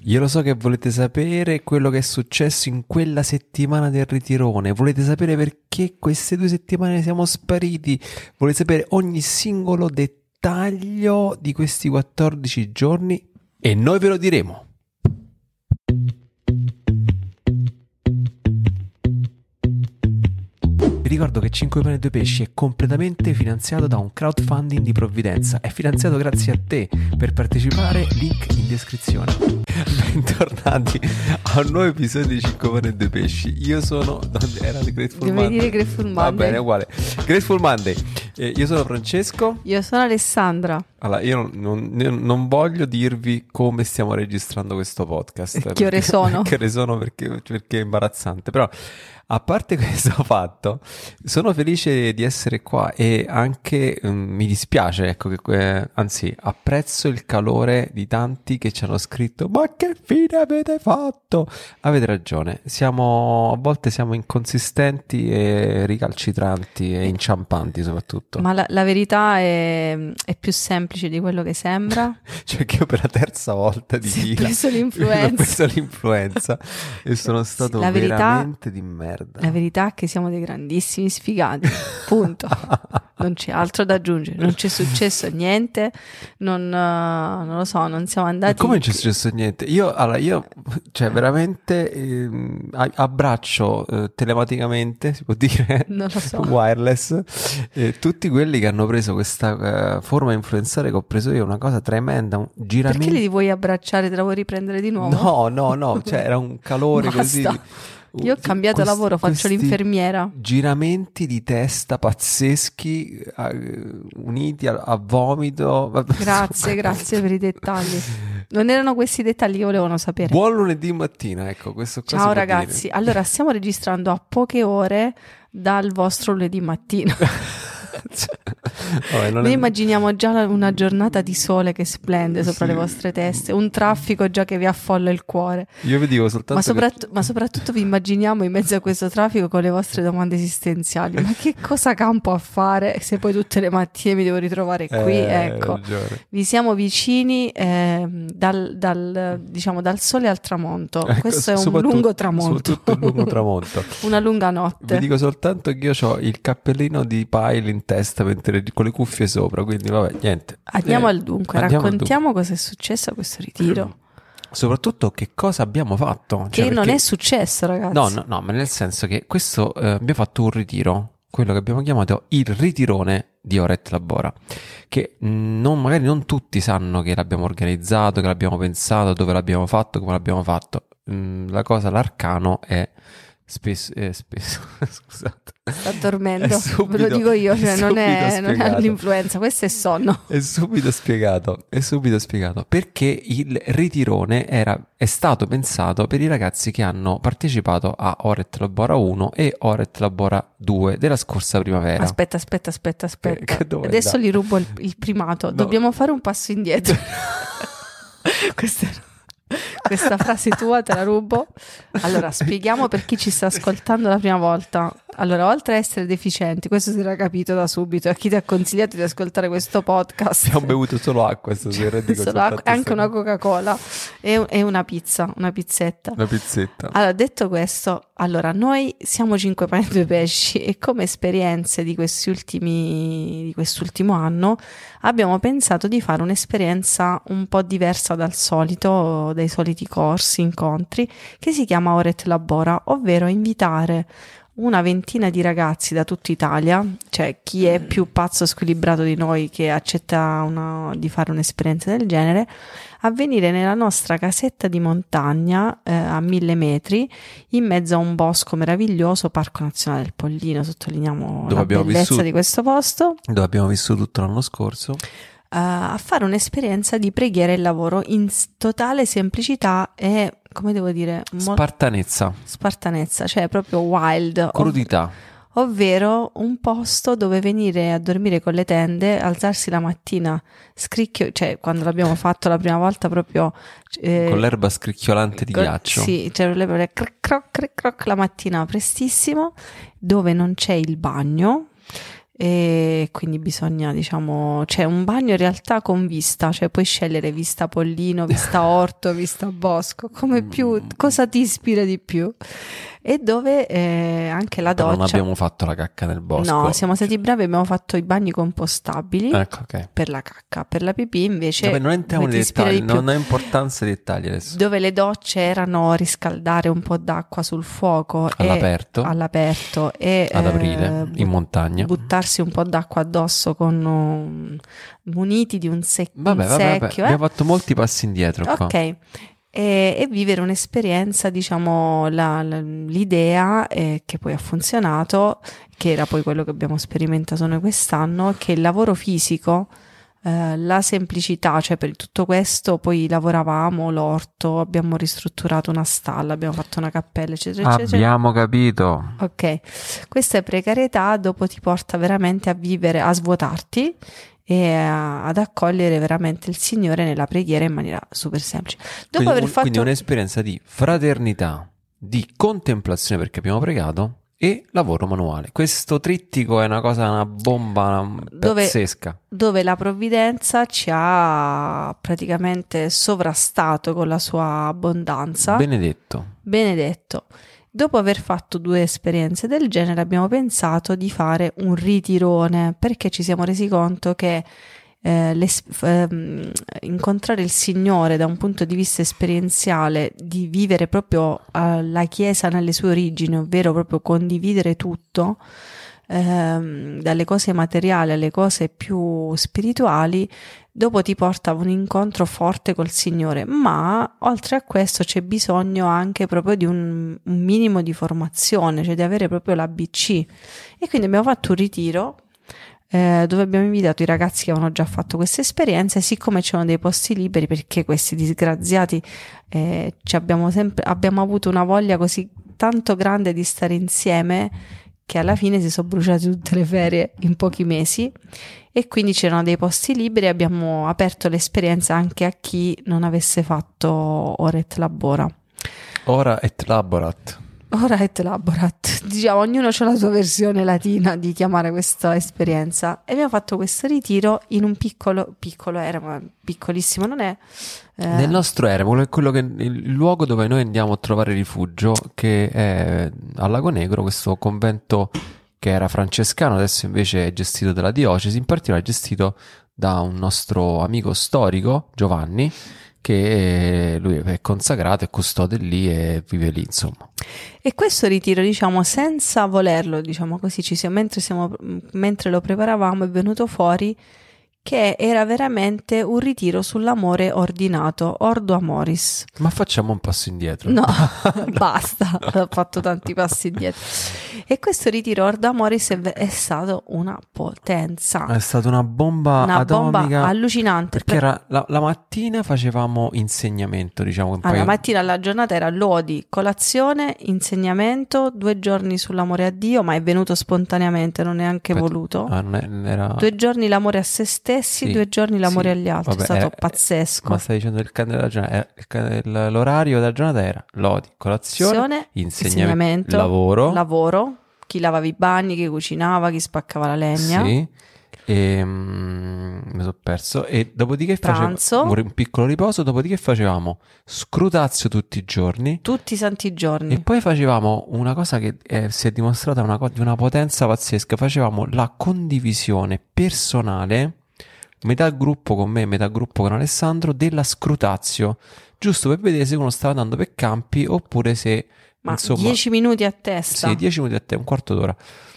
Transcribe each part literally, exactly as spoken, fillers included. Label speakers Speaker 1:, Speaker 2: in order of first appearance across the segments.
Speaker 1: Io lo so che volete sapere quello che è successo in quella settimana del ritirone, volete sapere perché queste due settimane siamo spariti, volete sapere ogni singolo dettaglio di questi quattordici giorni e noi ve lo diremo. Vi ricordo che cinque pane e due pesci è completamente finanziato da un crowdfunding di provvidenza. È finanziato grazie a te. Per partecipare, link in descrizione. Bentornati a un nuovo episodio di cinque pane e due pesci. Io sono... Era il Grateful
Speaker 2: Devi
Speaker 1: Monday.
Speaker 2: dire Grateful Monday.
Speaker 1: Va bene, uguale. Grateful Monday. Eh, io sono Francesco.
Speaker 2: Io sono Alessandra.
Speaker 1: Allora, io non, non, non voglio dirvi come stiamo registrando questo podcast.
Speaker 2: Che perché, ore sono?
Speaker 1: Che ore sono perché, perché è imbarazzante. Però, a parte questo fatto, sono felice di essere qua e anche um, mi dispiace, ecco, che, eh, anzi, apprezzo il calore di tanti che ci hanno scritto ma che fine avete fatto? Avete ragione, siamo, a volte siamo inconsistenti e ricalcitranti e inciampanti soprattutto.
Speaker 2: Ma la, la verità è, è più semplice di quello che sembra.
Speaker 1: Cioè che io per la terza volta di
Speaker 2: sì,
Speaker 1: fila
Speaker 2: ho preso l'influenza.
Speaker 1: ho preso l'influenza e sono stato
Speaker 2: la verità,
Speaker 1: veramente di merda.
Speaker 2: La verità è che siamo dei grandissimi sfigati, punto. Non c'è altro da aggiungere, non c'è successo niente, non, uh, non lo so, non siamo andati...
Speaker 1: Ma come non c'è successo niente? Io, allora, io, cioè veramente eh, abbraccio eh, telematicamente, si può dire,
Speaker 2: non lo so.
Speaker 1: wireless, eh, tutti quelli che hanno preso questa uh, forma influenzale che ho preso io, una cosa tremenda, un giramento...
Speaker 2: Perché li vuoi abbracciare, te la vuoi riprendere di nuovo?
Speaker 1: No, no, no, cioè era un calore così...
Speaker 2: Io ho cambiato
Speaker 1: questi,
Speaker 2: lavoro, faccio l'infermiera.
Speaker 1: Giramenti di testa pazzeschi, uh, uniti a, a vomito.
Speaker 2: Grazie, grazie per i dettagli. Non erano questi dettagli che volevano sapere.
Speaker 1: Buon lunedì mattina, ecco, questo qua.
Speaker 2: Ciao ragazzi, dire. Allora stiamo registrando a poche ore dal vostro lunedì mattina. Vabbè, Noi è... immaginiamo già una giornata di sole che splende sopra sì. le vostre teste, un traffico già che vi affolla il cuore.
Speaker 1: Io vi dico soltanto
Speaker 2: ma, soprat-
Speaker 1: che...
Speaker 2: ma soprattutto vi immaginiamo in mezzo a questo traffico con le vostre domande esistenziali. Ma che cosa campo a fare se poi tutte le mattine mi devo ritrovare qui?
Speaker 1: Eh,
Speaker 2: ecco,
Speaker 1: ragione.
Speaker 2: Vi siamo vicini eh, dal, dal, diciamo, dal sole al tramonto.
Speaker 1: Ecco,
Speaker 2: questo è un lungo tramonto.
Speaker 1: Soprattutto un lungo tramonto.
Speaker 2: Una lunga notte.
Speaker 1: Vi dico soltanto che io ho il cappellino di Pile in testa mentre con le cuffie sopra, quindi vabbè, niente.
Speaker 2: Andiamo
Speaker 1: eh,
Speaker 2: al dunque,
Speaker 1: andiamo
Speaker 2: raccontiamo
Speaker 1: al dunque.
Speaker 2: cosa è successo a questo ritiro.
Speaker 1: Soprattutto che cosa abbiamo fatto.
Speaker 2: Che
Speaker 1: cioè,
Speaker 2: non
Speaker 1: perché...
Speaker 2: è successo, ragazzi.
Speaker 1: No, no, no, ma nel senso che questo eh, abbiamo fatto un ritiro, quello che abbiamo chiamato il ritirone di Oret Labora, che non, magari non tutti sanno che l'abbiamo organizzato, che l'abbiamo pensato, dove l'abbiamo fatto, come l'abbiamo fatto. Mm, la cosa, l'arcano è spesso, eh, spesso scusate.
Speaker 2: Sta dormendo, subito, ve lo dico io, cioè non è, non è l'influenza, questo è sonno.
Speaker 1: È subito spiegato, è subito spiegato perché il ritirone era, è stato pensato per i ragazzi che hanno partecipato a Oret Labora uno e Oret Labora due della scorsa primavera.
Speaker 2: Aspetta, aspetta, aspetta, aspetta.
Speaker 1: Che, che
Speaker 2: Adesso gli rubo il, il primato, no. Dobbiamo fare un passo indietro. Questa è... Questa frase tua te la rubo. Allora, spieghiamo per chi ci sta ascoltando la prima volta. Allora, oltre a essere deficienti, questo si era capito da subito, a chi ti ha consigliato di ascoltare questo podcast.
Speaker 1: Abbiamo bevuto solo acqua stasera.
Speaker 2: Cioè, solo acqua, anche una Coca-Cola e, e una pizza, una pizzetta.
Speaker 1: Una pizzetta.
Speaker 2: Allora, detto questo, allora, noi siamo cinque pane e due pesci e come esperienze di questi ultimi, di quest'ultimo anno abbiamo pensato di fare un'esperienza un po' diversa dal solito, dai soliti corsi, incontri, che si chiama Oret Labora, ovvero invitare una ventina di ragazzi da tutta Italia, cioè chi è più pazzo squilibrato di noi che accetta una, di fare un'esperienza del genere, a venire nella nostra casetta di montagna eh, a mille metri in mezzo a un bosco meraviglioso, Parco Nazionale del Pollino, sottolineiamo dove la bellezza vissuto, di questo posto,
Speaker 1: dove abbiamo vissuto tutto l'anno scorso.
Speaker 2: Uh, a fare un'esperienza di preghiera e lavoro in totale semplicità e, come devo dire, mo-
Speaker 1: spartanezza
Speaker 2: spartanezza, cioè proprio wild,
Speaker 1: crudità,
Speaker 2: ov- ovvero un posto dove venire a dormire con le tende, alzarsi la mattina scricchio, cioè quando l'abbiamo fatto la prima volta proprio
Speaker 1: eh, con l'erba scricchiolante di
Speaker 2: con,
Speaker 1: ghiaccio,
Speaker 2: sì, cioè le croc, croc, croc, croc, la mattina prestissimo, dove non c'è il bagno. e quindi bisogna, diciamo, c'è un bagno in realtà con vista, cioè puoi scegliere vista Pollino, vista Orto, vista Bosco, come più, cosa ti ispira di più, e dove eh, anche la
Speaker 1: Però
Speaker 2: doccia.
Speaker 1: non abbiamo fatto la cacca nel bosco.
Speaker 2: No, siamo stati bravi, abbiamo fatto i bagni compostabili,
Speaker 1: ecco, okay.
Speaker 2: Per la cacca, per la pipì invece.
Speaker 1: Vabbè, non entriamo nei dettagli, non ha importanza i dettagli adesso.
Speaker 2: Dove le docce erano riscaldare un po' d'acqua sul fuoco
Speaker 1: all'aperto,
Speaker 2: e, all'aperto e
Speaker 1: ad aprile,
Speaker 2: eh,
Speaker 1: in montagna,
Speaker 2: buttarsi un po' d'acqua addosso con um, muniti di un, sec-
Speaker 1: vabbè,
Speaker 2: un
Speaker 1: vabbè,
Speaker 2: secchio.
Speaker 1: vabbè.
Speaker 2: Eh?
Speaker 1: Abbiamo fatto molti passi indietro qua.
Speaker 2: Ok. E, e vivere un'esperienza, diciamo, la, la, l'idea eh, che poi ha funzionato, che era poi quello che abbiamo sperimentato noi quest'anno, che il lavoro fisico, eh, la semplicità, cioè per tutto questo poi lavoravamo l'orto, abbiamo ristrutturato una stalla, abbiamo fatto una cappella, eccetera, eccetera.
Speaker 1: Abbiamo capito.
Speaker 2: Ok, questa precarietà dopo ti porta veramente a vivere, a svuotarti e a, ad accogliere veramente il Signore nella preghiera in maniera super semplice. Dopo
Speaker 1: quindi,
Speaker 2: aver
Speaker 1: un,
Speaker 2: fatto...
Speaker 1: quindi un'esperienza di fraternità, di contemplazione perché abbiamo pregato e lavoro manuale. Questo trittico è una cosa, una bomba
Speaker 2: dove,
Speaker 1: pazzesca.
Speaker 2: Dove la provvidenza ci ha praticamente sovrastato con la sua abbondanza.
Speaker 1: Benedetto.
Speaker 2: Benedetto. Dopo aver fatto due esperienze del genere abbiamo pensato di fare un ritirone, perché ci siamo resi conto che eh, ehm, incontrare il Signore da un punto di vista esperienziale, di vivere proprio eh, la Chiesa nelle sue origini, ovvero proprio condividere tutto, ehm, dalle cose materiali alle cose più spirituali, dopo ti porta a un incontro forte col Signore, ma oltre a questo c'è bisogno anche proprio di un, un minimo di formazione, cioè di avere proprio l'A B C. E quindi abbiamo fatto un ritiro eh, dove abbiamo invitato i ragazzi che avevano già fatto questa esperienza, e siccome c'erano dei posti liberi, perché questi disgraziati eh, ci abbiamo sempre abbiamo avuto una voglia così tanto grande di stare insieme, che alla fine si sono bruciate tutte le ferie in pochi mesi, e quindi c'erano dei posti liberi e abbiamo aperto l'esperienza anche a chi non avesse fatto Ora et Labora.
Speaker 1: Ora et Laborat.
Speaker 2: Ora et Laborat. Diciamo, ognuno ha la sua versione latina di chiamare questa esperienza, e abbiamo fatto questo ritiro in un piccolo, piccolo eremo, piccolissimo non è. Eh,
Speaker 1: Nel nostro eremo, è quello che, il luogo dove noi andiamo a trovare rifugio, che è al Lago Negro, questo convento che era francescano, adesso invece è gestito dalla diocesi, in particolare gestito da un nostro amico storico, Giovanni, che lui è consacrato, è custode lì e vive lì, insomma.
Speaker 2: E questo ritiro, diciamo, senza volerlo, diciamo così, ci siamo, mentre, siamo, mentre lo preparavamo è venuto fuori che era veramente un ritiro sull'amore ordinato, Ordo Amoris.
Speaker 1: Ma facciamo un passo indietro.
Speaker 2: No, basta, ho fatto tanti passi indietro. E questo ritiro Ordo Amoris è, è stato una potenza.
Speaker 1: È stata una bomba
Speaker 2: una
Speaker 1: atomica.
Speaker 2: Bomba allucinante.
Speaker 1: Perché per... era la, la mattina facevamo insegnamento, diciamo.
Speaker 2: Allora, poi... La mattina la giornata era lodi, colazione, insegnamento, due giorni sull'amore a Dio, ma è venuto spontaneamente, non è neanche Aspetta, voluto.
Speaker 1: Ah, non è, era...
Speaker 2: Due giorni l'amore a se stessi, sì, due giorni l'amore sì, agli altri. Vabbè, è stato era, pazzesco.
Speaker 1: Ma stai dicendo il, il, il, l'orario della giornata era lodi, colazione, insegnamento, insegnamento lavoro.
Speaker 2: lavoro, chi lavava i bagni, chi cucinava, chi spaccava la legna.
Speaker 1: Sì. E um, mi sono perso. E dopodiché
Speaker 2: facevamo
Speaker 1: un piccolo riposo. Dopodiché facevamo scrutazio tutti i giorni,
Speaker 2: tutti i santi giorni.
Speaker 1: E poi facevamo una cosa che eh, si è dimostrata una co- di una potenza pazzesca. Facevamo la condivisione personale, metà gruppo con me, metà gruppo con Alessandro, della scrutazio, giusto per vedere se uno stava andando per campi oppure se
Speaker 2: ma
Speaker 1: insomma,
Speaker 2: dieci minuti a testa.
Speaker 1: Sì, dieci minuti a te, un quarto d'ora.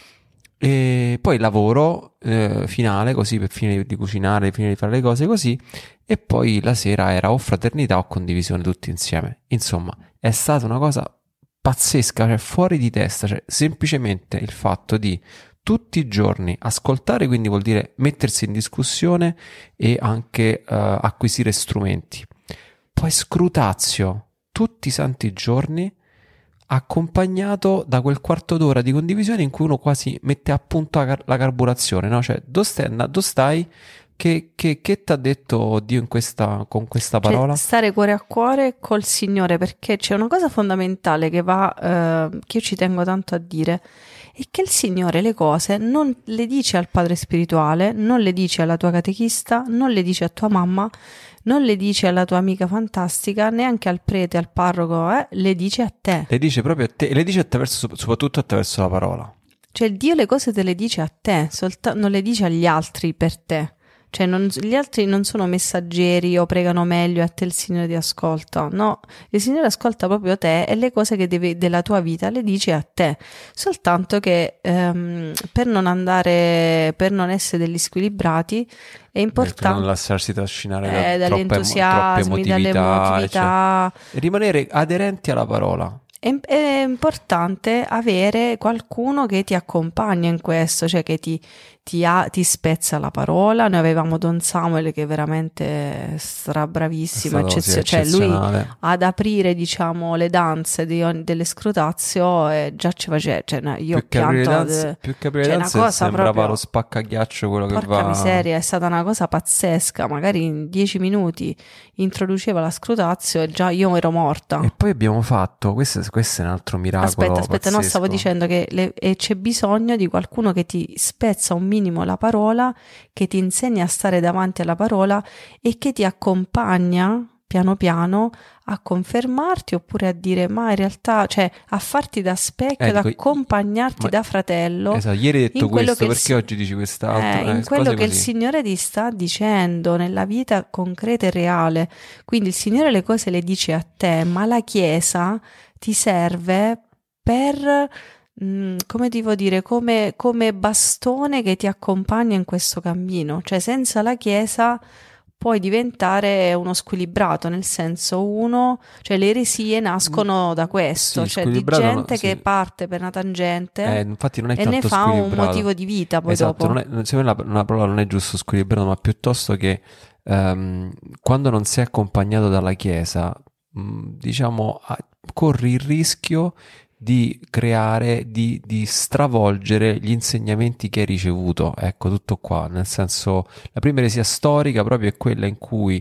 Speaker 1: E poi lavoro eh, finale, così per finire di cucinare, finire di fare le cose così, e poi la sera era o fraternità o condivisione tutti insieme. Insomma, è stata una cosa pazzesca, cioè fuori di testa, cioè semplicemente il fatto di tutti i giorni ascoltare, quindi vuol dire mettersi in discussione e anche uh, acquisire strumenti. Poi scrutazio tutti i santi giorni, accompagnato da quel quarto d'ora di condivisione in cui uno quasi mette a punto la, car- la carburazione, no? Cioè, dove stai, dove stai? Che, che, che ti ha detto Dio in questa, con questa parola?
Speaker 2: Cioè, stare cuore a cuore col Signore, perché c'è una cosa fondamentale che va, eh, che io ci tengo tanto a dire, è che il Signore le cose non le dice al padre spirituale, non le dice alla tua catechista, non le dice a tua mamma, non le dice alla tua amica fantastica, neanche al prete, al parroco, eh, le dice a te.
Speaker 1: Le dice proprio a te, e le dice attraverso, soprattutto attraverso la parola.
Speaker 2: Cioè Dio le cose te le dice a te, solta- non le dice agli altri per te. Cioè non- gli altri non sono messaggeri o pregano meglio e a te il Signore ti ascolta. No, il Signore ascolta proprio te e le cose che deve, della tua vita le dice a te. Soltanto che ehm, per non andare, per non essere degli squilibrati è
Speaker 1: Per non
Speaker 2: importante
Speaker 1: lasciarsi trascinare da
Speaker 2: eh, dagli
Speaker 1: troppe, emo- troppe
Speaker 2: entusiasmi, dalle
Speaker 1: emotività,
Speaker 2: emotività.
Speaker 1: cioè, rimanere aderenti alla parola.
Speaker 2: È, è importante avere qualcuno che ti accompagna in questo, cioè che ti, ti, ha- ti spezza la parola. Noi avevamo Don Samuel che è veramente strabravissimo,
Speaker 1: È stato, sì,
Speaker 2: eccezio- cioè lui
Speaker 1: eccezionale.
Speaker 2: ad aprire, diciamo, le danze di ogni- delle scrutazio e già ci faceva, cioè, no, io ho
Speaker 1: Più che aprire le
Speaker 2: pianto,
Speaker 1: danze,
Speaker 2: de-
Speaker 1: più che aprire le
Speaker 2: cioè, una
Speaker 1: danze
Speaker 2: cosa
Speaker 1: sembrava
Speaker 2: proprio-
Speaker 1: lo spaccaghiaccio, quello che
Speaker 2: porca
Speaker 1: va...
Speaker 2: miseria, è stata una cosa pazzesca, magari in dieci minuti introduceva la scrutazio e già io ero morta.
Speaker 1: E poi abbiamo fatto, questo, questo è un altro miracolo
Speaker 2: Aspetta, aspetta, no, stavo
Speaker 1: pazzesco.
Speaker 2: dicendo che le- e c'è bisogno di qualcuno che ti spezza un minimo la parola, che ti insegna a stare davanti alla parola e che ti accompagna piano piano a confermarti oppure a dire ma in realtà, cioè a farti da specchio,
Speaker 1: Eh,
Speaker 2: ad
Speaker 1: dico,
Speaker 2: accompagnarti
Speaker 1: ma-
Speaker 2: da fratello.
Speaker 1: Esatto, ieri hai detto
Speaker 2: in quello
Speaker 1: questo,
Speaker 2: che il
Speaker 1: perché
Speaker 2: si-
Speaker 1: oggi dici quest'altro?
Speaker 2: eh,
Speaker 1: Eh,
Speaker 2: in quello
Speaker 1: cose
Speaker 2: che il
Speaker 1: così.
Speaker 2: Signore ti sta dicendo nella vita concreta e reale. Quindi il Signore le cose le dice a te, ma la Chiesa ti serve per, mh, come devo dire, come, come bastone che ti accompagna in questo cammino. Cioè senza la Chiesa puoi diventare uno squilibrato, nel senso uno, cioè le eresie nascono da questo,
Speaker 1: Sì,
Speaker 2: cioè di
Speaker 1: squilibrato no,
Speaker 2: gente
Speaker 1: sì.
Speaker 2: che parte per una tangente
Speaker 1: Eh, infatti non è
Speaker 2: e
Speaker 1: tanto
Speaker 2: ne fa un
Speaker 1: squilibrato.
Speaker 2: motivo di vita poi
Speaker 1: Esatto,
Speaker 2: dopo.
Speaker 1: non è, non- secondo me la, la parola non è giusto squilibrato, ma piuttosto che ehm, quando non sei accompagnato dalla Chiesa, mh, diciamo, a- corri il rischio di creare, di, di stravolgere gli insegnamenti che hai ricevuto. Ecco, tutto qua. Nel senso, la prima eresia storica proprio è quella in cui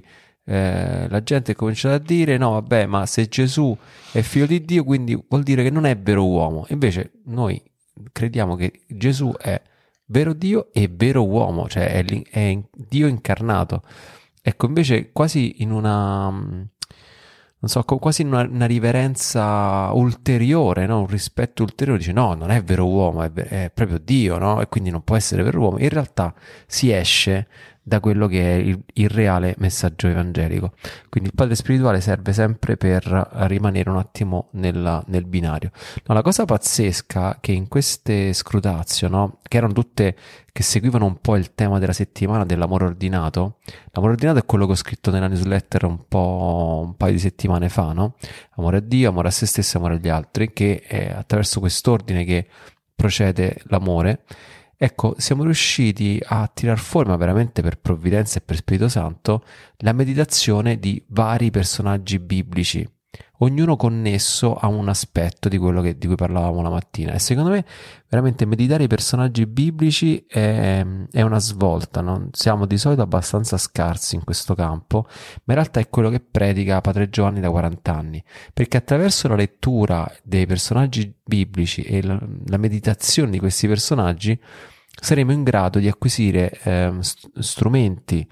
Speaker 1: eh, la gente è cominciata a dire: no, vabbè, ma se Gesù è figlio di Dio, quindi vuol dire che non è vero uomo. Invece noi crediamo che Gesù è vero Dio e vero uomo, cioè è, l'in- è in- Dio incarnato. Ecco, invece quasi in una, mm, non so, co- quasi in una, una riverenza ulteriore, no? Un rispetto ulteriore, dice no, non è vero uomo, è, ve- è proprio Dio, no? E quindi non può essere vero uomo. In realtà si esce da quello che è il, il reale messaggio evangelico. Quindi il padre spirituale serve sempre per rimanere un attimo nella- nel binario. No, la cosa pazzesca che in queste scrutazio, no? Che erano tutte, che seguivano un po' il tema della settimana dell'amore ordinato. L'amore ordinato è quello che ho scritto nella newsletter un po' un paio di settimane fa, no? Amore a Dio, amore a se stesso, amore agli altri, che è attraverso quest'ordine che procede l'amore. Ecco, siamo riusciti a tirar fuori, ma veramente per provvidenza e per Spirito Santo, la meditazione di vari personaggi biblici, ognuno connesso a un aspetto di quello che, di cui parlavamo la mattina. E secondo me veramente meditare i personaggi biblici è, è una svolta, no? Siamo di solito abbastanza scarsi in questo campo, ma in realtà è quello che predica Padre Giovanni da quaranta anni, perché attraverso la lettura dei personaggi biblici e la, la meditazione di questi personaggi saremo in grado di acquisire ehm, st- strumenti,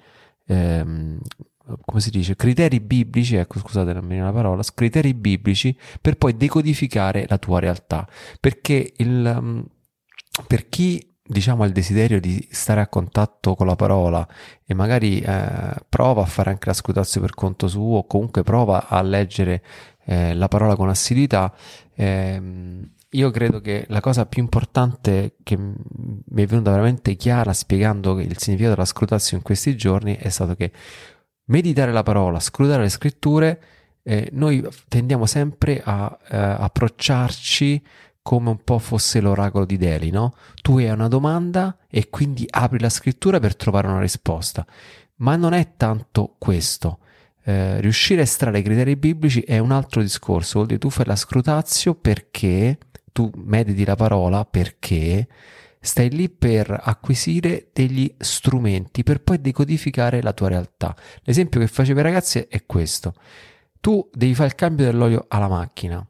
Speaker 1: ehm, come si dice, criteri biblici, ecco, scusate, non mi viene la parola, criteri biblici per poi decodificare la tua realtà. Perché il, um, per chi, diciamo, ha il desiderio di stare a contatto con la parola e magari eh, prova a fare anche la scrutazio per conto suo, o comunque prova a leggere eh, la parola con assiduità, ehm, io credo che la cosa più importante che mi è venuta veramente chiara spiegando il significato della scrutazio in questi giorni è stato che meditare la parola, scrutare le scritture, eh, noi tendiamo sempre a eh, approcciarci come un po' fosse l'oracolo di Delhi, no? Tu hai una domanda e quindi apri la scrittura per trovare una risposta, ma non è tanto questo. Eh, riuscire a estrarre i criteri biblici è un altro discorso, vuol dire tu fai la scrutazio perché tu mediti la parola perché stai lì per acquisire degli strumenti per poi decodificare la tua realtà. L'esempio che facevo ai ragazzi è questo: tu devi fare il cambio dell'olio alla macchina.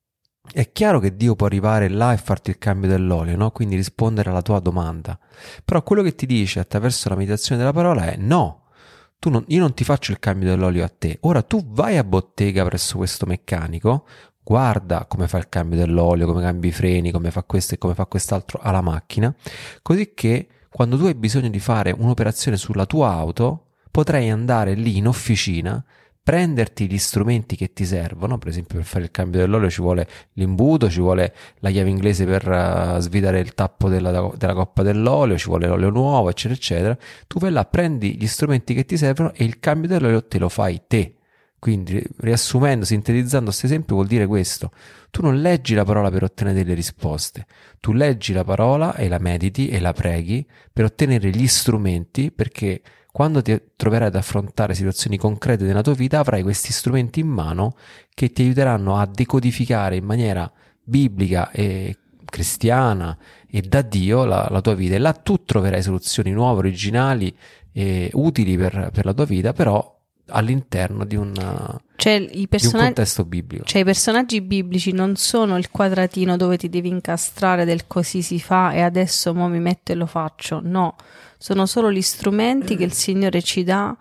Speaker 1: È chiaro che Dio può arrivare là e farti il cambio dell'olio, no? Quindi rispondere alla tua domanda. Però quello che ti dice attraverso la meditazione della parola è: no, tu non, io non ti faccio il cambio dell'olio a te. Ora tu vai a bottega presso questo meccanico, guarda come fa il cambio dell'olio, come cambia i freni, come fa questo e come fa quest'altro alla macchina, così che quando tu hai bisogno di fare un'operazione sulla tua auto, potrai andare lì in officina, prenderti gli strumenti che ti servono. Per esempio, per fare il cambio dell'olio ci vuole l'imbuto, ci vuole la chiave inglese per uh, svidare il tappo della, della coppa dell'olio, ci vuole l'olio nuovo, eccetera eccetera. Tu vai là, prendi gli strumenti che ti servono e il cambio dell'olio te lo fai te. Quindi, riassumendo, sintetizzando questo esempio, vuol dire questo: tu non leggi la parola per ottenere delle risposte, tu leggi la parola e la mediti e la preghi per ottenere gli strumenti, perché quando ti troverai ad affrontare situazioni concrete della tua vita avrai questi strumenti in mano che ti aiuteranno a decodificare in maniera biblica e cristiana e da Dio la, la tua vita, e là tu troverai soluzioni nuove, originali e utili per, per la tua vita, però all'interno di un,
Speaker 2: cioè, i
Speaker 1: di un contesto biblico.
Speaker 2: Cioè i personaggi biblici non sono il quadratino dove ti devi incastrare del così si fa e adesso mo mi metto e lo faccio, no, sono solo gli strumenti che il Signore ci dà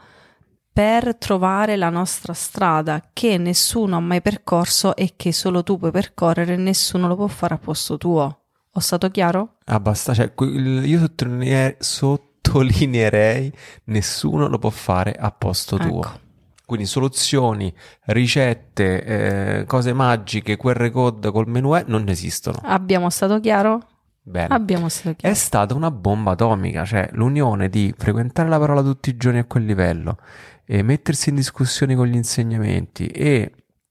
Speaker 2: per trovare la nostra strada, che nessuno ha mai percorso e che solo tu puoi percorrere e nessuno lo può fare a posto tuo. Ho stato chiaro?
Speaker 1: Abbastanza, cioè, io sottolineerei, sottolineerei nessuno lo può fare a posto
Speaker 2: Ecco.
Speaker 1: tuo. Quindi soluzioni, ricette, eh, cose magiche, Q R code col menù eh, non esistono.
Speaker 2: Abbiamo stato chiaro?
Speaker 1: Bene.
Speaker 2: Abbiamo stato chiaro.
Speaker 1: È stata una bomba atomica, cioè l'unione di frequentare la parola tutti i giorni a quel livello e mettersi in discussione con gli insegnamenti e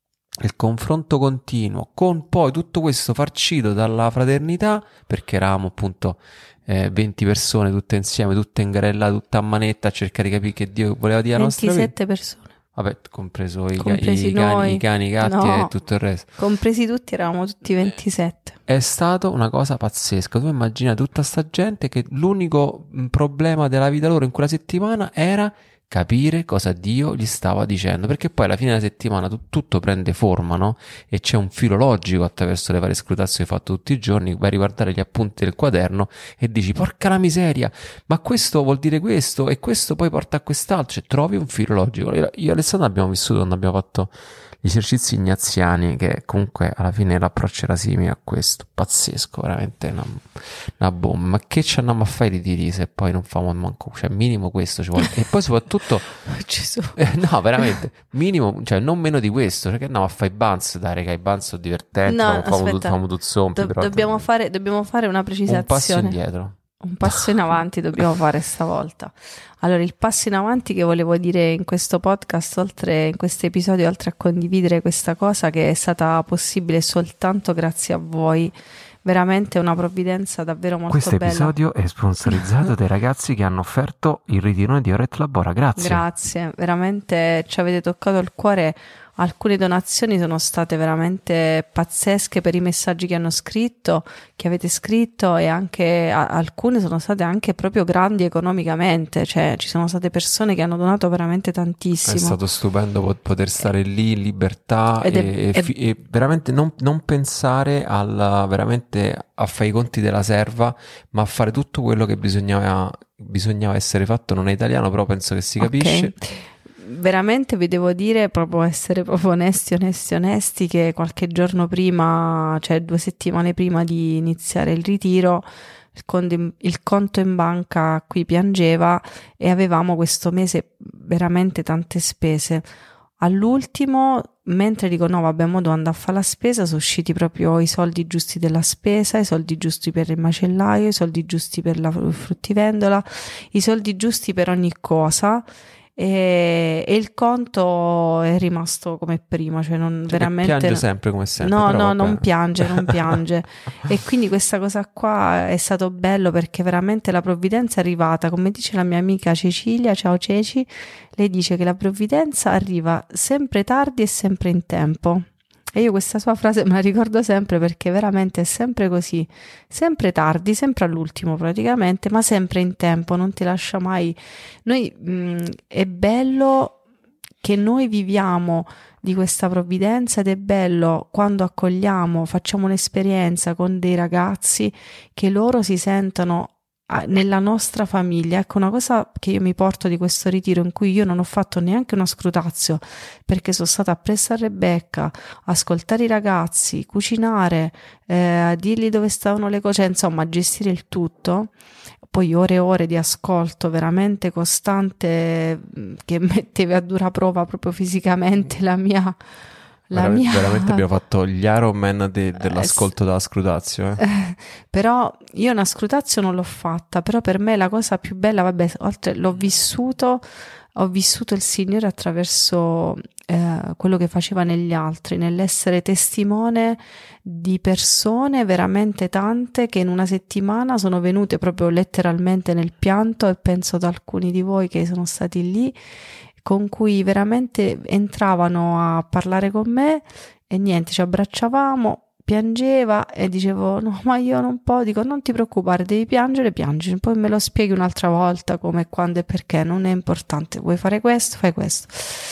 Speaker 1: il confronto continuo, con poi tutto questo farcito dalla fraternità, perché eravamo appunto eh, venti persone tutte insieme, tutte ingarellate, tutte a manetta a cercare di capire che Dio voleva dire alla nostra vita.
Speaker 2: ventisette persone.
Speaker 1: Vabbè, compreso i,
Speaker 2: Compresi
Speaker 1: i, i, cani,
Speaker 2: noi.
Speaker 1: i cani, i gatti
Speaker 2: No.
Speaker 1: e tutto il resto.
Speaker 2: Compresi tutti, eravamo tutti ventisette.
Speaker 1: È stata una cosa pazzesca. Tu immagina tutta sta gente che l'unico mh, problema della vita loro in quella settimana era capire cosa Dio gli stava dicendo, perché poi alla fine della settimana tu- tutto prende forma, no? E c'è un filo logico attraverso le varie scrutazioni fatte tutti i giorni. Vai a riguardare gli appunti del quaderno e dici: porca la miseria, ma questo vuol dire questo e questo poi porta a quest'altro, cioè trovi un filo logico. Io e Alessandro abbiamo vissuto quando abbiamo fatto gli esercizi ignaziani, che comunque alla fine l'approccio era simile a questo. Pazzesco, veramente una, una bomba. Ma che ci andiamo a fare i ritiri se poi non famo manco, cioè minimo questo ci vuole. E poi soprattutto
Speaker 2: Gesù.
Speaker 1: eh, no, veramente minimo, cioè non meno di questo, cioè che andiamo a fare i Buns, dai, che i Buns sono divertenti,
Speaker 2: No,
Speaker 1: famo, famo,
Speaker 2: aspetta.
Speaker 1: famo tutti zompi,
Speaker 2: Do-
Speaker 1: però
Speaker 2: dobbiamo, fare, dobbiamo fare una
Speaker 1: un passo
Speaker 2: precisazione.
Speaker 1: indietro.
Speaker 2: Un passo in avanti dobbiamo fare stavolta. Allora, il passo in avanti che volevo dire in questo podcast, oltre in questo episodio, oltre a condividere questa cosa che è stata possibile soltanto grazie a voi, veramente una provvidenza davvero molto
Speaker 1: Questo
Speaker 2: bella.
Speaker 1: episodio è sponsorizzato dai ragazzi che hanno offerto il ritirone di Oret Labora. Grazie.
Speaker 2: Grazie, veramente ci avete toccato il cuore. Alcune donazioni sono state veramente pazzesche per i messaggi che hanno scritto, che avete scritto, e anche a- alcune sono state anche proprio grandi economicamente, cioè ci sono state persone che hanno donato veramente tantissimo.
Speaker 1: È stato stupendo pot- poter stare lì in libertà
Speaker 2: Ed
Speaker 1: e,
Speaker 2: è-
Speaker 1: e
Speaker 2: è-
Speaker 1: fi- e veramente non, non pensare al, veramente a fare i conti della serva, ma a fare tutto quello che bisognava, bisognava essere fatto. Non è italiano, però penso che si capisce.
Speaker 2: Ok. Veramente vi devo dire, proprio essere proprio onesti, onesti, onesti, che qualche giorno prima, cioè due settimane prima di iniziare il ritiro, il conto in, il conto in banca qui piangeva e avevamo questo mese veramente tante spese. All'ultimo, mentre dico no vabbè, mo devo andare a fare la spesa, sono usciti proprio i soldi giusti della spesa, i soldi giusti per il macellaio, i soldi giusti per la fruttivendola, i soldi giusti per ogni cosa. E, e il conto è rimasto come prima, cioè non
Speaker 1: Cioè,
Speaker 2: veramente
Speaker 1: piange sempre come sempre.
Speaker 2: no,
Speaker 1: però
Speaker 2: no,
Speaker 1: vabbè.
Speaker 2: non piange, non piange. E quindi questa cosa qua è stato bello, perché veramente la provvidenza è arrivata, come dice la mia amica Cecilia, ciao Ceci, lei dice che la provvidenza arriva sempre tardi e sempre in tempo. E io questa sua frase me la ricordo sempre perché veramente è sempre così, sempre tardi, sempre all'ultimo praticamente, ma sempre in tempo, non ti lascia mai. Noi mh, è bello che noi viviamo di questa provvidenza ed è bello quando accogliamo, facciamo un'esperienza con dei ragazzi che loro si sentano nella nostra famiglia. Ecco, una cosa che io mi porto di questo ritiro, in cui io non ho fatto neanche una scrutazio, perché sono stata appresso a Rebecca, ascoltare i ragazzi, cucinare, eh, dirgli dove stavano le cose, insomma gestire il tutto. Poi ore e ore di ascolto veramente costante, che metteva a dura prova proprio fisicamente la mia... La
Speaker 1: veramente,
Speaker 2: mia...
Speaker 1: veramente abbiamo fatto gli Iron Man de, dell'ascolto eh, dalla scrutazio. Eh.
Speaker 2: Eh, però io una scrutazio non l'ho fatta, però per me la cosa più bella, vabbè, oltre l'ho vissuto, ho vissuto il Signore attraverso eh, quello che faceva negli altri, nell'essere testimone di persone veramente tante che in una settimana sono venute proprio letteralmente nel pianto, e penso ad alcuni di voi che sono stati lì, con cui veramente entravano a parlare con me e niente, ci abbracciavamo, piangeva e dicevo no, ma io non posso, dico non ti preoccupare, devi piangere, piangere, poi me lo spieghi un'altra volta come, quando e perché, non è importante, vuoi fare questo, fai questo.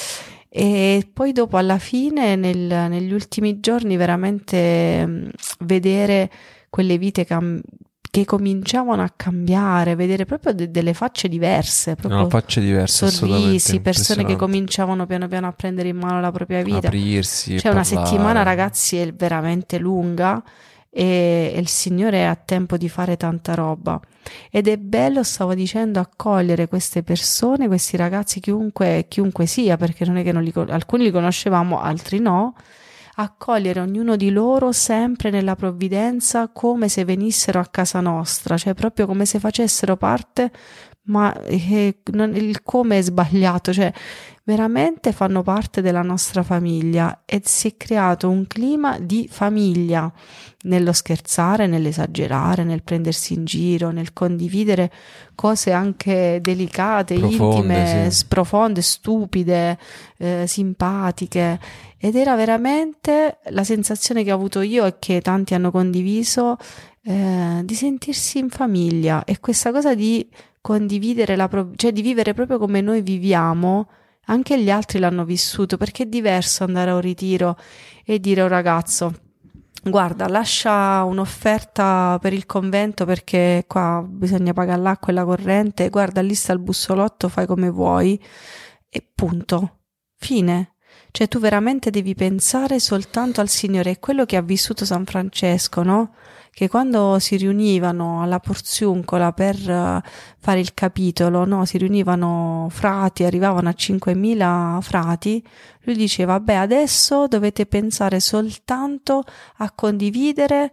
Speaker 2: E poi dopo alla fine, nel, negli ultimi giorni, veramente mh, vedere quelle vite cam- che cominciavano a cambiare, vedere proprio de- delle facce diverse, proprio
Speaker 1: no, facce diverse,
Speaker 2: sorrisi, persone che cominciavano piano piano a prendere in mano la propria vita,
Speaker 1: aprirsi,
Speaker 2: cioè una
Speaker 1: parlare.
Speaker 2: settimana, ragazzi, è veramente lunga e, e il Signore ha tempo di fare tanta roba ed è bello, stavo dicendo, accogliere queste persone, questi ragazzi, chiunque, chiunque sia, perché non è che non li, alcuni li conoscevamo, altri no, accogliere ognuno di loro sempre nella provvidenza come se venissero a casa nostra, cioè proprio come se facessero parte, ma eh, non, il come è sbagliato, cioè veramente fanno parte della nostra famiglia e si è creato un clima di famiglia nello scherzare, nell'esagerare, nel prendersi in giro, nel condividere cose anche delicate,
Speaker 1: profonde,
Speaker 2: intime,
Speaker 1: sì.
Speaker 2: profonde, stupide, eh, simpatiche. Ed era veramente la sensazione che ho avuto io e che tanti hanno condiviso, eh, di sentirsi in famiglia, e questa cosa di condividere la pro- cioè di vivere proprio come noi viviamo, anche gli altri l'hanno vissuto, perché è diverso andare a un ritiro e dire a un ragazzo guarda, lascia un'offerta per il convento perché qua bisogna pagare l'acqua e la corrente, guarda lì sta il bussolotto, fai come vuoi e punto, fine. Cioè tu veramente devi pensare soltanto al Signore. È quello che ha vissuto San Francesco, no? Che quando si riunivano alla Porziuncola per uh, fare il capitolo, no? Si riunivano frati, arrivavano a cinquemila frati, lui diceva, beh, adesso dovete pensare soltanto a condividere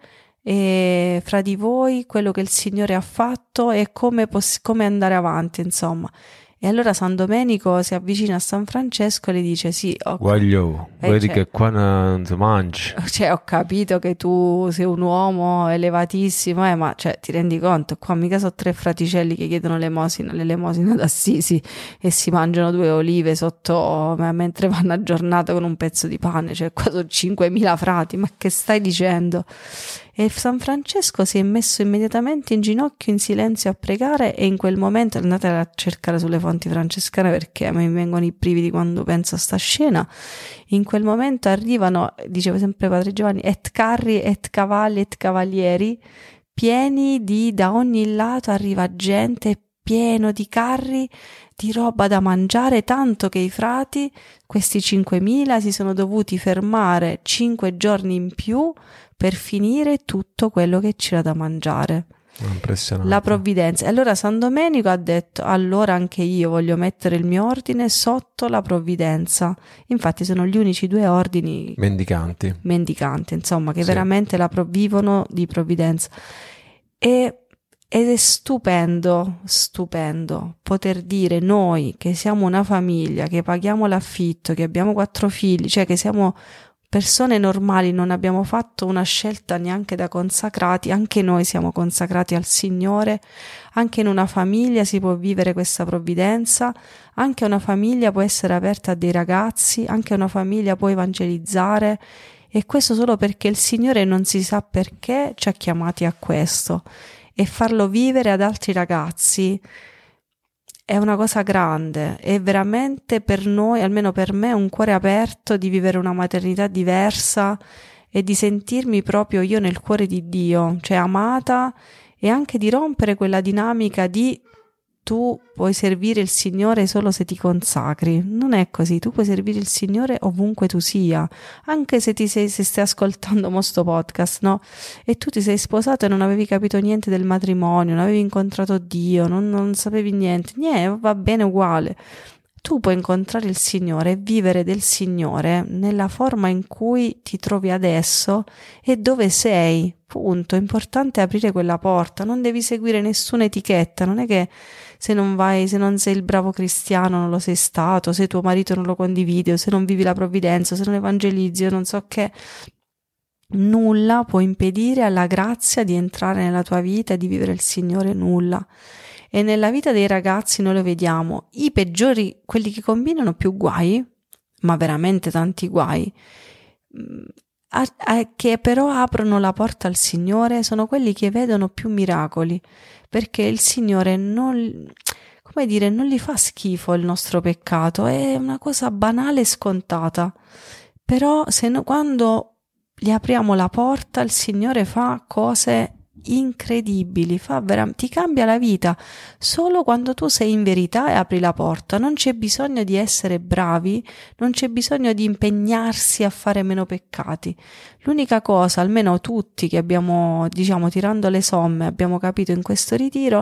Speaker 2: e fra di voi quello che il Signore ha fatto e come, poss- come andare avanti, insomma. E allora San Domenico si avvicina a San Francesco e le dice sì, ho,
Speaker 1: Guaglio,
Speaker 2: eh,
Speaker 1: vedi
Speaker 2: cioè,
Speaker 1: che qua non si mangia.
Speaker 2: Cioè ho capito che tu sei un uomo elevatissimo, eh, ma cioè, ti rendi conto, qua mica sono tre fraticelli che chiedono l'elemosina, l'elemosina d'Assisi e si mangiano due olive sotto, mentre vanno a giornata con un pezzo di pane, cioè qua sono cinquemila frati, ma che stai dicendo? E San Francesco si è messo immediatamente in ginocchio in silenzio a pregare, e in quel momento, andate a cercare sulle fonti francescane perché a me mi vengono i brividi quando penso a sta scena, in quel momento arrivano, diceva sempre Padre Giovanni, et carri et cavalli et cavalieri, pieni di, da ogni lato arriva gente, pieno di carri, di roba da mangiare, tanto che i frati, questi cinquemila, si sono dovuti fermare cinque giorni in più per finire tutto quello che c'era da mangiare.
Speaker 1: Impressionante.
Speaker 2: La provvidenza. E allora San Domenico ha detto, allora anche io voglio mettere il mio ordine sotto la provvidenza. Infatti sono gli unici due ordini
Speaker 1: mendicanti,
Speaker 2: mendicanti, insomma, che
Speaker 1: sì.
Speaker 2: veramente la prov- vivono di provvidenza. E ed è stupendo, stupendo poter dire noi che siamo una famiglia, che paghiamo l'affitto, che abbiamo quattro figli, cioè che siamo persone normali, non abbiamo fatto una scelta neanche da consacrati, anche noi siamo consacrati al Signore, anche in una famiglia si può vivere questa provvidenza, anche una famiglia può essere aperta a dei ragazzi, anche una famiglia può evangelizzare, E questo solo perché il Signore non si sa perché ci ha chiamati a questo, e farlo vivere ad altri ragazzi è una cosa grande, è veramente per noi, almeno per me, un cuore aperto di vivere una maternità diversa e di sentirmi proprio io nel cuore di Dio, cioè amata, e anche di rompere quella dinamica di tu puoi servire il Signore solo se ti consacri. Non è così, tu puoi servire il Signore ovunque tu sia, anche se ti sei, se stai ascoltando questo podcast, no? E tu ti sei sposato e non avevi capito niente del matrimonio, non avevi incontrato Dio, non, non sapevi niente, niente, va bene uguale. Tu puoi incontrare il Signore e vivere del Signore nella forma in cui ti trovi adesso e dove sei, punto. È importante aprire quella porta, non devi seguire nessuna etichetta, non è che se non vai, se non sei il bravo cristiano non lo sei stato, se tuo marito non lo condivide, o se non vivi la provvidenza, o se non evangelizzi, o non so che, nulla può impedire alla grazia di entrare nella tua vita e di vivere il Signore, nulla. E nella vita dei ragazzi noi lo vediamo, i peggiori, quelli che combinano più guai, ma veramente tanti guai, a, a, che però aprono la porta al Signore, sono quelli che vedono più miracoli, perché il Signore non, come dire, non gli fa schifo il nostro peccato, è una cosa banale e scontata, però se no, quando gli apriamo la porta, il Signore fa cose incredibili, fa vera- ti cambia la vita solo quando tu sei in verità e apri la porta. Non c'è bisogno di essere bravi, non c'è bisogno di impegnarsi a fare meno peccati. L'unica cosa, almeno tutti che abbiamo, diciamo, tirando le somme, abbiamo capito in questo ritiro,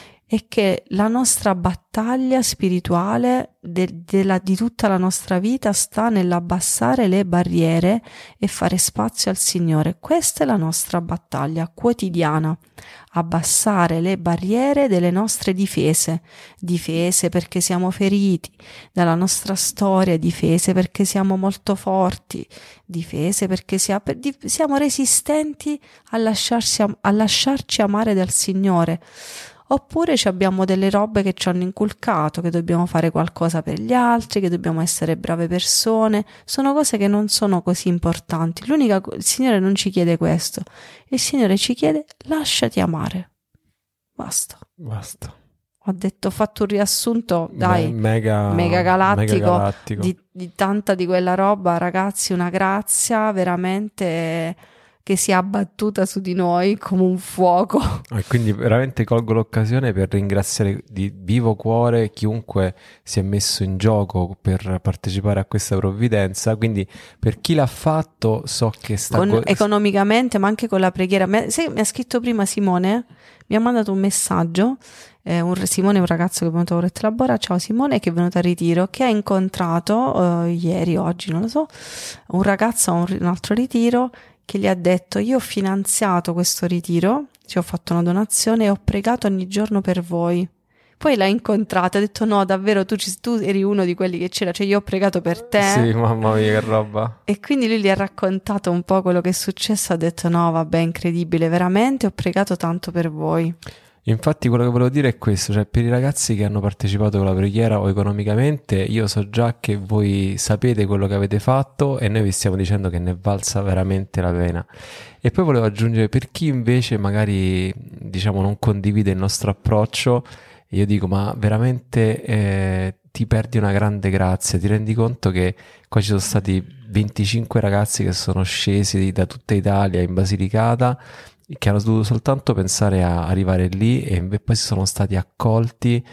Speaker 2: è che la nostra battaglia spirituale de, de la, di tutta la nostra vita sta nell'abbassare le barriere e fare spazio al Signore. Questa è la nostra battaglia quotidiana, abbassare le barriere delle nostre difese, difese perché siamo feriti dalla nostra storia, difese perché siamo molto forti, difese perché siamo, siamo resistenti a lasciarsi, a lasciarci amare dal Signore. Oppure abbiamo delle robe che ci hanno inculcato, che dobbiamo fare qualcosa per gli altri, che dobbiamo essere brave persone. Sono cose che non sono così importanti. L'unica, il Signore non ci chiede questo. Il Signore ci chiede: lasciati amare. Basta.
Speaker 1: Basta.
Speaker 2: Ho detto, ho fatto un riassunto, dai,
Speaker 1: Beh, mega,
Speaker 2: mega galattico,
Speaker 1: mega galattico.
Speaker 2: Di, di tanta di quella roba. Ragazzi, una grazia veramente che si è abbattuta su di noi come un fuoco.
Speaker 1: E quindi veramente colgo l'occasione per ringraziare di vivo cuore chiunque si è messo in gioco per partecipare a questa provvidenza. Quindi per chi l'ha fatto, so che sta
Speaker 2: con,
Speaker 1: go-
Speaker 2: economicamente, ma anche con la preghiera. Mi, sai, mi ha scritto prima Simone, mi ha mandato un messaggio. Eh, un, Simone è un ragazzo che è venuto a Orette Labora. Ciao Simone, che è venuto a ritiro, che ha incontrato eh, ieri, oggi, non lo so, un ragazzo a un, un altro ritiro, che gli ha detto: io ho finanziato questo ritiro, ci ho fatto una donazione e ho pregato ogni giorno per voi. Poi l'ha incontrato, ha detto: no, davvero, tu, ci, tu eri uno di quelli che c'era, cioè io ho pregato per te.
Speaker 1: Sì, mamma mia, che roba.
Speaker 2: E quindi lui gli ha raccontato un po' quello che è successo, ha detto: no, vabbè, incredibile, veramente ho pregato tanto per voi.
Speaker 1: Infatti quello che volevo dire è questo, cioè per i ragazzi che hanno partecipato con la preghiera o economicamente, io so già che voi sapete quello che avete fatto e noi vi stiamo dicendo che ne è valsa veramente la pena. E poi volevo aggiungere, per chi invece magari, diciamo, non condivide il nostro approccio, io dico, ma veramente eh, ti perdi una grande grazia, ti rendi conto che qua ci sono stati venticinque ragazzi che sono scesi da tutta Italia in Basilicata, che hanno dovuto soltanto pensare a arrivare lì e poi sono stati accolti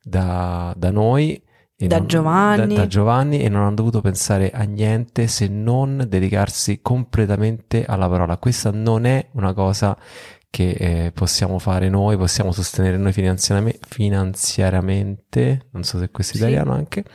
Speaker 1: da, da noi e
Speaker 2: da
Speaker 1: non,
Speaker 2: Giovanni.
Speaker 1: Da, da Giovanni e non hanno dovuto pensare a niente se non dedicarsi completamente alla parola. Questa non è una cosa che eh, possiamo fare noi, possiamo sostenere noi finanziariamente, finanziariamente, non so se questo è italiano sì. anche,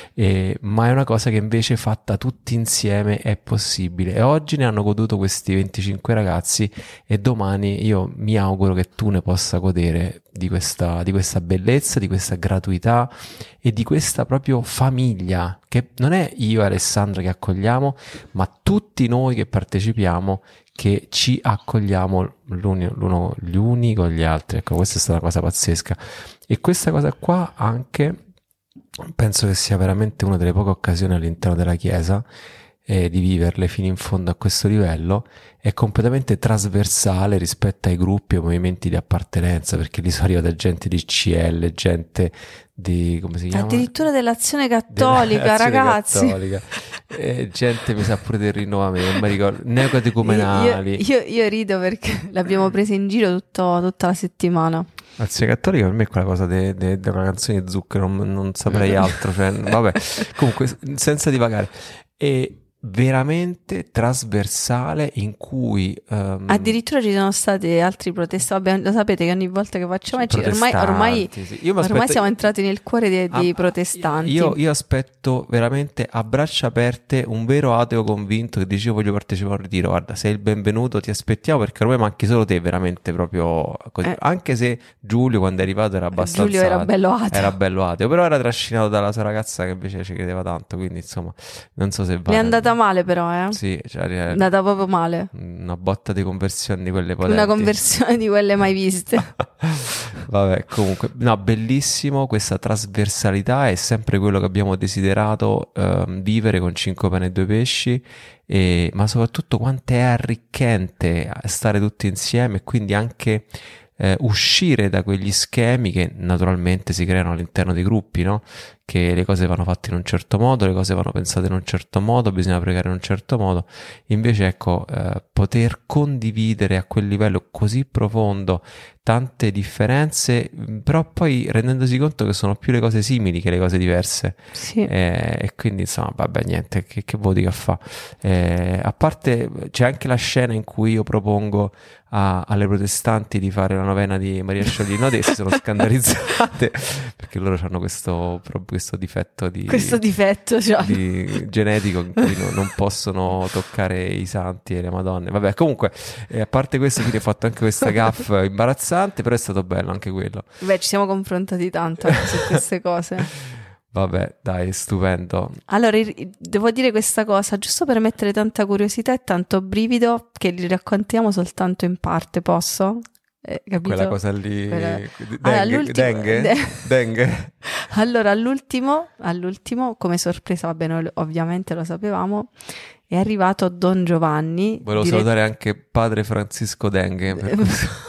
Speaker 1: eh, ma è una cosa che invece fatta tutti insieme è possibile. E oggi ne hanno goduto questi venticinque ragazzi e domani io mi auguro che tu ne possa godere di questa, di questa bellezza, di questa gratuità e di questa proprio famiglia, che non è io e Alessandra che accogliamo, ma tutti noi che partecipiamo, che ci accogliamo l'uno, l'uno, gli uni con gli altri. Ecco, questa è stata una cosa pazzesca. E questa cosa qua anche penso che sia veramente una delle poche occasioni all'interno della Chiesa e di viverle fino in fondo a questo livello, è completamente trasversale rispetto ai gruppi e ai movimenti di appartenenza, perché lì sono arrivata gente di C L, gente di, come si chiama?
Speaker 2: Addirittura dell'Azione Cattolica,
Speaker 1: dell'Azione
Speaker 2: ragazzi.
Speaker 1: Cattolica. E gente mi sa pure del rinnovamento, mi ricordo, neocatecumenali.
Speaker 2: Io, io, io rido perché l'abbiamo presa in giro tutto, tutta la settimana.
Speaker 1: L'Azione Cattolica per me è quella cosa de, de, della canzone di Zucchero, non, non saprei altro, cioè, vabbè, comunque senza divagare. E veramente trasversale in cui um,
Speaker 2: addirittura ci sono stati altri protesti. Vabbè, lo sapete che ogni volta che facciamo ci, ormai, ormai,
Speaker 1: sì. Io
Speaker 2: ormai
Speaker 1: aspetto,
Speaker 2: siamo entrati nel cuore dei, dei ah, protestanti.
Speaker 1: Io, io aspetto veramente a braccia aperte un vero ateo convinto che dice io voglio partecipare al ritiro. Guarda, sei il benvenuto, ti aspettiamo, perché ormai manchi solo te, veramente proprio così. Eh. Anche se Giulio quando è arrivato era abbastanza
Speaker 2: Giulio era bello ateo,
Speaker 1: era bello ateo, però era trascinato dalla sua ragazza che invece ci credeva tanto, quindi insomma non so se va.
Speaker 2: Le è andata male però, eh?
Speaker 1: Sì, cioè,
Speaker 2: è andata proprio male.
Speaker 1: Una botta di conversione di quelle potenti.
Speaker 2: Una conversione di quelle mai viste.
Speaker 1: Vabbè, comunque, no, bellissimo, questa trasversalità è sempre quello che abbiamo desiderato ehm, vivere con Cinque Pane e Due Pesci, e, ma soprattutto quanto è arricchente stare tutti insieme e quindi anche eh, uscire da quegli schemi che naturalmente si creano all'interno dei gruppi, no? Che le cose vanno fatte in un certo modo, le cose vanno pensate in un certo modo, bisogna pregare in un certo modo. Invece ecco, eh, poter condividere a quel livello così profondo tante differenze, però poi rendendosi conto che sono più le cose simili che le cose diverse.
Speaker 2: Sì.
Speaker 1: Eh, e quindi insomma, vabbè, niente, che, che vuol dire a fa? Eh, a parte c'è anche la scena in cui io propongo a, alle protestanti di fare la novena di Maria Sciolino, e si sono scandalizzate perché loro hanno questo, questo difetto di,
Speaker 2: questo difetto cioè.
Speaker 1: di genetico in cui no, non possono toccare i santi e le madonne. Vabbè, comunque eh, a parte questo, quindi ho fatto anche questa gaffe imbarazzante, però è stato bello anche quello.
Speaker 2: Beh, ci siamo confrontati tanto su queste cose.
Speaker 1: Vabbè, dai, stupendo.
Speaker 2: Allora, devo dire questa cosa, giusto per mettere tanta curiosità e tanto brivido, che li raccontiamo soltanto in parte, posso? Eh, capito?
Speaker 1: Quella cosa lì.
Speaker 2: Quella...
Speaker 1: Dengue?
Speaker 2: Allora,
Speaker 1: Dengue?
Speaker 2: De...
Speaker 1: Dengue?
Speaker 2: Allora, all'ultimo, all'ultimo, come sorpresa, vabbè, noi ovviamente lo sapevamo, è arrivato Don Giovanni.
Speaker 1: Volevo dire... salutare anche padre Francisco Dengue. Per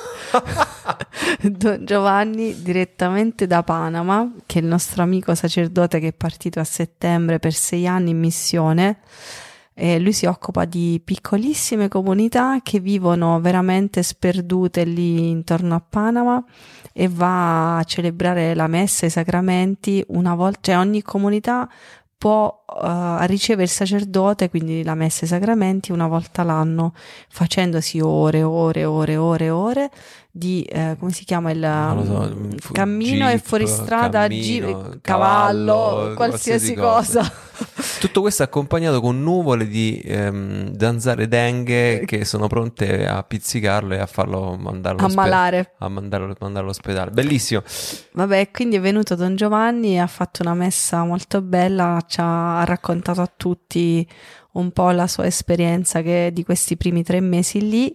Speaker 2: Don Giovanni direttamente da Panama, che è il nostro amico sacerdote che è partito a settembre per sei anni in missione. E lui si occupa di piccolissime comunità che vivono veramente sperdute lì intorno a Panama, e va a celebrare la messa e i sacramenti una volta, cioè ogni comunità può uh, ricevere il sacerdote, quindi la messa e i sacramenti una volta l'anno, facendosi ore, ore, ore, ore, ore di, eh, come si chiama il
Speaker 1: so, fu-
Speaker 2: cammino
Speaker 1: jeep,
Speaker 2: e fuoristrada,
Speaker 1: cammino,
Speaker 2: gi- cavallo, qualsiasi, qualsiasi cosa. cosa.
Speaker 1: Tutto questo accompagnato con nuvole di ehm, zanzare dengue che sono pronte a pizzicarlo e a farlo mandare
Speaker 2: ammalare,
Speaker 1: a mandarlo, mandarlo all'ospedale. Bellissimo.
Speaker 2: Vabbè, quindi è venuto Don Giovanni e ha fatto una messa molto bella, ci ha raccontato a tutti un po' la sua esperienza che di questi primi tre mesi lì.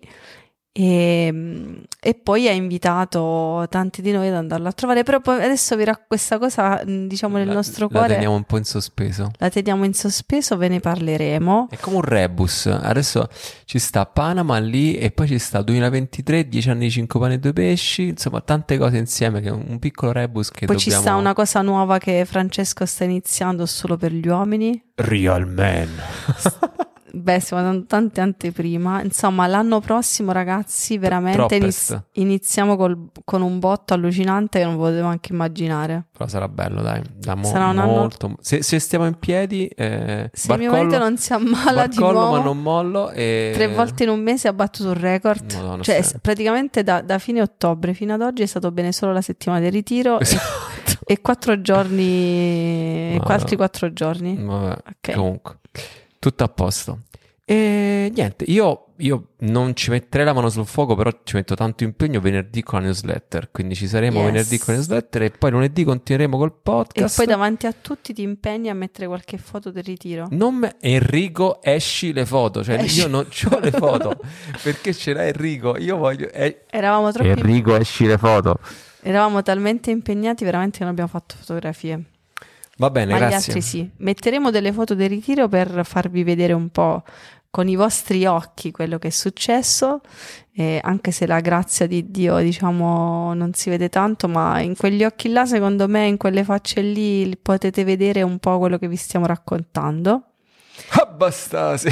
Speaker 2: E, e poi ha invitato tanti di noi ad andarlo a trovare, però poi adesso vi racconto questa cosa, diciamo, nel
Speaker 1: la,
Speaker 2: nostro cuore
Speaker 1: la teniamo un po' in sospeso
Speaker 2: la teniamo in sospeso, ve ne parleremo.
Speaker 1: È come un rebus, adesso ci sta Panama lì e poi ci sta duemilaventitré, dieci anni di Cinque Pane e Due Pesci, insomma tante cose insieme, che è un piccolo rebus che
Speaker 2: poi
Speaker 1: dobbiamo...
Speaker 2: ci sta una cosa nuova che Francesco sta iniziando solo per gli uomini,
Speaker 1: Real Man.
Speaker 2: Beh, stiamo dando tante anteprima. Insomma, l'anno prossimo, ragazzi, veramente iniz- iniziamo col, con un botto allucinante che non potevo anche immaginare.
Speaker 1: Però sarà bello, dai. Da mo-
Speaker 2: sarà un
Speaker 1: molto...
Speaker 2: anno...
Speaker 1: se, se stiamo in piedi... Eh,
Speaker 2: se
Speaker 1: barcollo,
Speaker 2: mio marito non si ammala di nuovo...
Speaker 1: ma non mollo e...
Speaker 2: Tre volte in un mese ha battuto il record.
Speaker 1: Madonna,
Speaker 2: cioè,
Speaker 1: sì.
Speaker 2: praticamente da, da fine ottobre fino ad oggi è stato bene solo la settimana del ritiro. Esatto. e, e quattro giorni...
Speaker 1: Vabbè.
Speaker 2: altri quattro giorni.
Speaker 1: Vabbè,
Speaker 2: okay.
Speaker 1: Comunque, tutto a posto. E niente, io, io non ci metterei la mano sul fuoco, però ci metto tanto impegno venerdì con la newsletter, quindi ci saremo
Speaker 2: yes.
Speaker 1: venerdì con la newsletter e poi lunedì continueremo col podcast.
Speaker 2: E poi davanti a tutti ti impegni a mettere qualche foto del ritiro.
Speaker 1: Non me... Enrico, esci le foto, cioè esci. Io non c'ho le foto, perché ce l'ha Enrico, io voglio... Eh...
Speaker 2: Eravamo troppo...
Speaker 1: Enrico, esci le foto.
Speaker 2: Eravamo talmente impegnati veramente che non abbiamo fatto fotografie.
Speaker 1: Va bene,
Speaker 2: ma
Speaker 1: grazie.
Speaker 2: gli altri sì. Metteremo delle foto del ritiro per farvi vedere un po' con i vostri occhi quello che è successo, eh, anche se la grazia di Dio, diciamo, non si vede tanto, ma in quegli occhi là, secondo me, in quelle facce lì, potete vedere un po' quello che vi stiamo raccontando.
Speaker 1: Abbastasi.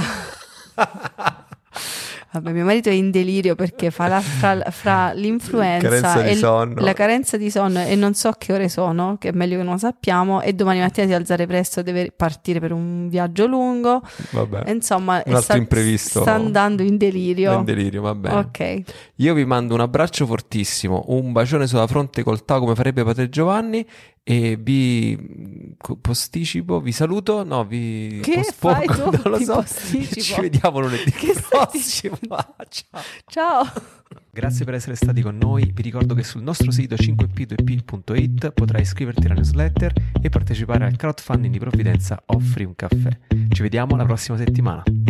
Speaker 2: Vabbè, mio marito è in delirio perché fa la, fra, fra l'influenza
Speaker 1: Carenza di
Speaker 2: e l-
Speaker 1: sonno.
Speaker 2: la carenza di sonno e non so che ore sono, che è meglio che non lo sappiamo, e domani mattina si alzare presto, deve partire per un viaggio lungo.
Speaker 1: Vabbè.
Speaker 2: E insomma,
Speaker 1: Un altro
Speaker 2: sta,
Speaker 1: imprevisto.
Speaker 2: sta andando in delirio.
Speaker 1: In delirio, va bene.
Speaker 2: Ok.
Speaker 1: Io vi mando un abbraccio fortissimo, un bacione sulla fronte col tau come farebbe Padre Giovanni e vi posticipo, vi saluto, no, vi
Speaker 2: Che
Speaker 1: pospongo,
Speaker 2: fai tu?
Speaker 1: non lo
Speaker 2: Ti
Speaker 1: so,
Speaker 2: posticipo?
Speaker 1: ci vediamo lunedì
Speaker 2: Che stai
Speaker 1: prossimo. Ciao.
Speaker 2: Ciao.
Speaker 1: Grazie per essere stati con noi, vi ricordo che sul nostro sito cinque p due p punto it potrai iscriverti alla newsletter e partecipare al crowdfunding di Provvidenza Offri un caffè. Ci vediamo la prossima settimana.